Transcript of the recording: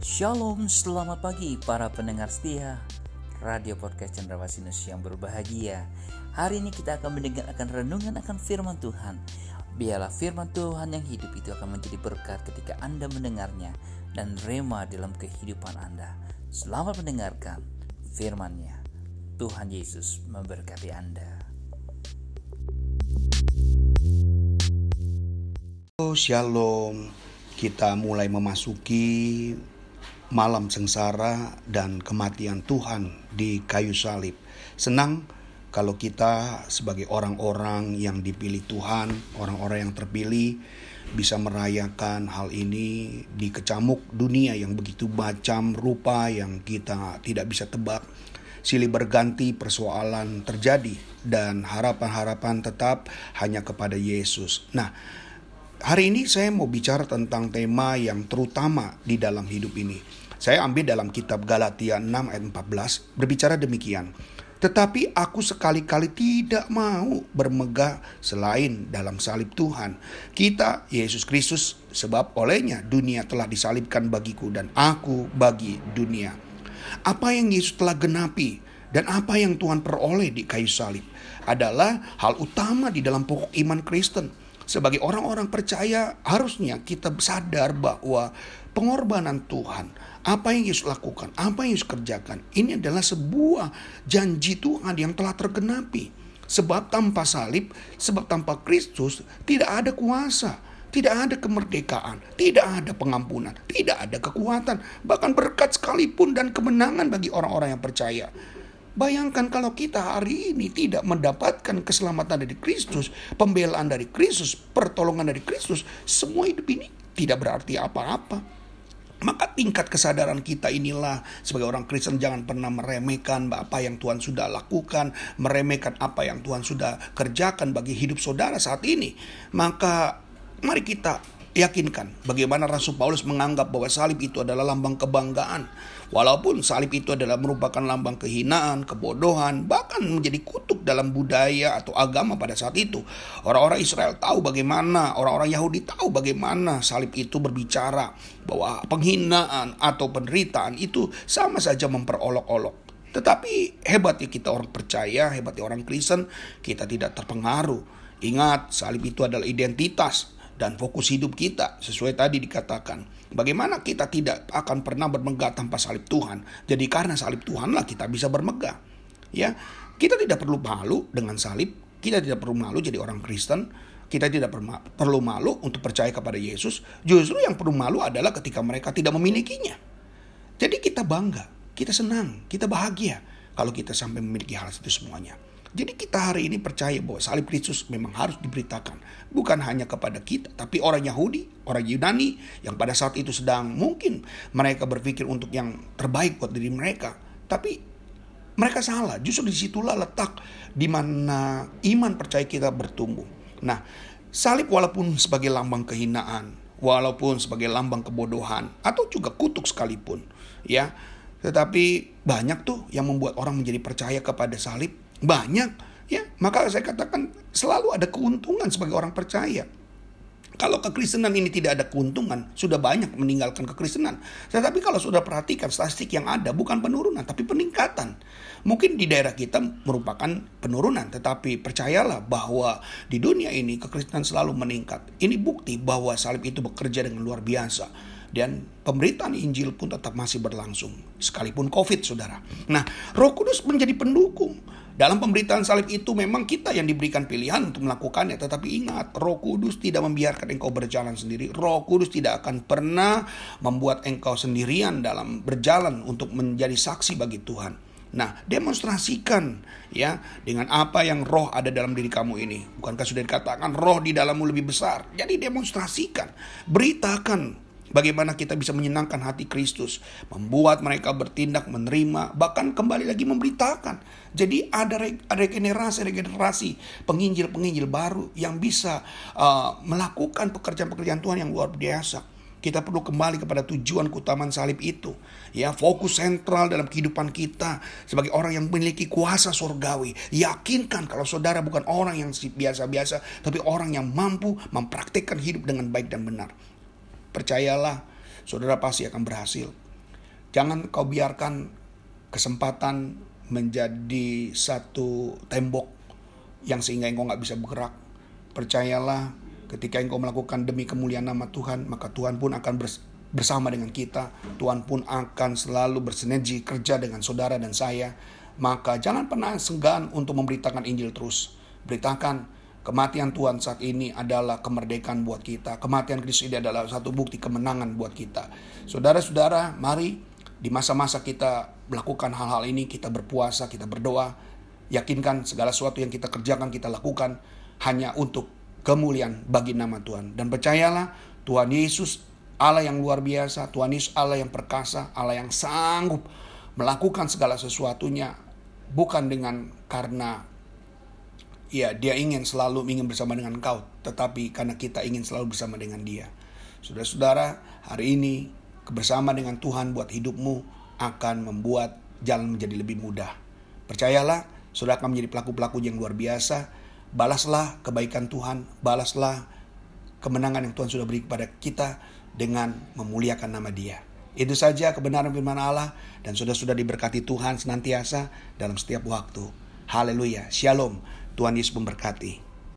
Shalom, selamat pagi para pendengar setia Radio Podcast Cenderawasih yang berbahagia. Hari ini kita akan mendengar akan renungan akan firman Tuhan. Biarlah firman Tuhan yang hidup itu akan menjadi berkat ketika Anda mendengarnya dan rema dalam kehidupan Anda. Selamat mendengarkan firman-Nya. Tuhan Yesus memberkati Anda. Shalom, kita mulai memasuki malam sengsara dan kematian Tuhan di kayu salib. Senang kalau kita sebagai orang-orang yang dipilih Tuhan, orang-orang yang terpilih, bisa merayakan hal ini di kecamuk dunia yang begitu macam rupa yang kita tidak bisa tebak. Silih berganti persoalan terjadi dan harapan-harapan tetap hanya kepada Yesus. Nah, hari ini saya mau bicara tentang tema yang terutama di dalam hidup ini. Saya ambil dalam kitab Galatia 6 ayat 14, berbicara demikian. Tetapi aku sekali-kali tidak mau bermegah selain dalam salib Tuhan kita, Yesus Kristus, sebab olehnya dunia telah disalibkan bagiku dan aku bagi dunia. Apa yang Yesus telah genapi dan apa yang Tuhan peroleh di kayu salib adalah hal utama di dalam pokok iman Kristen. Sebagai orang-orang percaya harusnya kita sadar bahwa pengorbanan Tuhan, apa yang Yesus lakukan, apa yang Yesus kerjakan, ini adalah sebuah janji Tuhan yang telah tergenapi. Sebab tanpa salib, sebab tanpa Kristus tidak ada kuasa, tidak ada kemerdekaan, tidak ada pengampunan, tidak ada kekuatan, bahkan berkat sekalipun dan kemenangan bagi orang-orang yang percaya. Bayangkan kalau kita hari ini tidak mendapatkan keselamatan dari Kristus, pembelaan dari Kristus, pertolongan dari Kristus, semua hidup ini tidak berarti apa-apa. Maka tingkat kesadaran kita inilah sebagai orang Kristen jangan pernah meremehkan apa yang Tuhan sudah lakukan, meremehkan apa yang Tuhan sudah kerjakan bagi hidup saudara saat ini. Maka mari kita yakinkan bagaimana Rasul Paulus menganggap bahwa salib itu adalah lambang kebanggaan. Walaupun salib itu adalah merupakan lambang kehinaan, kebodohan, bahkan menjadi kutuk dalam budaya atau agama pada saat itu. Orang-orang Israel tahu bagaimana, orang-orang Yahudi tahu bagaimana salib itu berbicara bahwa penghinaan atau penderitaan itu sama saja memperolok-olok. Tetapi hebatnya kita orang percaya, hebatnya orang Kristen, kita tidak terpengaruh. Ingat, salib itu adalah identitas dan fokus hidup kita. Sesuai tadi dikatakan, bagaimana kita tidak akan pernah bermegah tanpa salib Tuhan. Jadi karena salib Tuhanlah kita bisa bermegah. Ya, kita tidak perlu malu dengan salib. Kita tidak perlu malu jadi orang Kristen. Kita tidak perlu malu untuk percaya kepada Yesus. Justru yang perlu malu adalah ketika mereka tidak memilikinya. Jadi kita bangga, kita senang, kita bahagia kalau kita sampai memiliki hal itu semuanya. Jadi kita hari ini percaya bahwa salib Kristus memang harus diberitakan. Bukan hanya kepada kita, tapi orang Yahudi, orang Yunani yang pada saat itu sedang mungkin mereka berpikir untuk yang terbaik buat diri mereka. Tapi mereka salah, justru disitulah letak di mana iman percaya kita bertumbuh. Nah, salib walaupun sebagai lambang kehinaan, walaupun sebagai lambang kebodohan, atau juga kutuk sekalipun, ya. Tetapi banyak tuh yang membuat orang menjadi percaya kepada salib. Banyak, ya. Maka saya katakan selalu ada keuntungan sebagai orang percaya. Kalau kekristenan ini tidak ada keuntungan, sudah banyak meninggalkan kekristenan. Tetapi kalau sudah perhatikan statistik yang ada, bukan penurunan, tapi peningkatan. Mungkin di daerah kita merupakan penurunan, tetapi percayalah bahwa di dunia ini kekristenan selalu meningkat. Ini bukti bahwa salib itu bekerja dengan luar biasa. Dan pemberitaan Injil pun tetap masih berlangsung, sekalipun COVID, saudara. Nah, Roh Kudus menjadi pendukung. Dalam pemberitaan salib itu memang kita yang diberikan pilihan untuk melakukannya. Tetapi ingat, Roh Kudus tidak membiarkan engkau berjalan sendiri. Roh Kudus tidak akan pernah membuat engkau sendirian dalam berjalan untuk menjadi saksi bagi Tuhan. Nah, demonstrasikan ya dengan apa yang roh ada dalam diri kamu ini. Bukankah sudah dikatakan roh di dalammu lebih besar? Jadi demonstrasikan, beritakan bagaimana kita bisa menyenangkan hati Kristus, membuat mereka bertindak, menerima, bahkan kembali lagi memberitakan. Jadi ada regenerasi, penginjil-penginjil baru yang bisa melakukan pekerjaan-pekerjaan Tuhan yang luar biasa. Kita perlu kembali kepada tujuan keutamaan salib itu. Ya, fokus sentral dalam kehidupan kita sebagai orang yang memiliki kuasa surgawi. Yakinkan kalau saudara bukan orang yang biasa-biasa, tapi orang yang mampu mempraktikkan hidup dengan baik dan benar. Percayalah, saudara pasti akan berhasil. Jangan kau biarkan kesempatan menjadi satu tembok yang sehingga engkau gak bisa bergerak. Percayalah, ketika engkau melakukan demi kemuliaan nama Tuhan, maka Tuhan pun akan bersama dengan kita. Tuhan pun akan selalu bersinergi kerja dengan saudara dan saya. Maka jangan pernah segan untuk memberitakan Injil terus. Beritakan kematian Tuhan saat ini adalah kemerdekaan buat kita. Kematian Kristus ini adalah satu bukti kemenangan buat kita. Saudara-saudara, mari di masa-masa kita melakukan hal-hal ini, kita berpuasa, kita berdoa. Yakinkan segala sesuatu yang kita kerjakan, kita lakukan hanya untuk kemuliaan bagi nama Tuhan. Dan percayalah, Tuhan Yesus Allah yang luar biasa, Tuhan Yesus Allah yang perkasa, Allah yang sanggup melakukan segala sesuatunya. Bukan dengan karena dia ingin bersama dengan engkau, tetapi karena kita ingin selalu bersama dengan dia. Saudara-saudara, hari ini kebersamaan dengan Tuhan buat hidupmu akan membuat jalan menjadi lebih mudah. Percayalah, saudara akan menjadi pelaku-pelaku yang luar biasa. Balaslah kebaikan Tuhan, balaslah kemenangan yang Tuhan sudah beri kepada kita dengan memuliakan nama Dia. Itu saja kebenaran firman Allah, dan sudah diberkati Tuhan senantiasa dalam setiap waktu. Haleluya, shalom, Tuhan Yesus memberkati.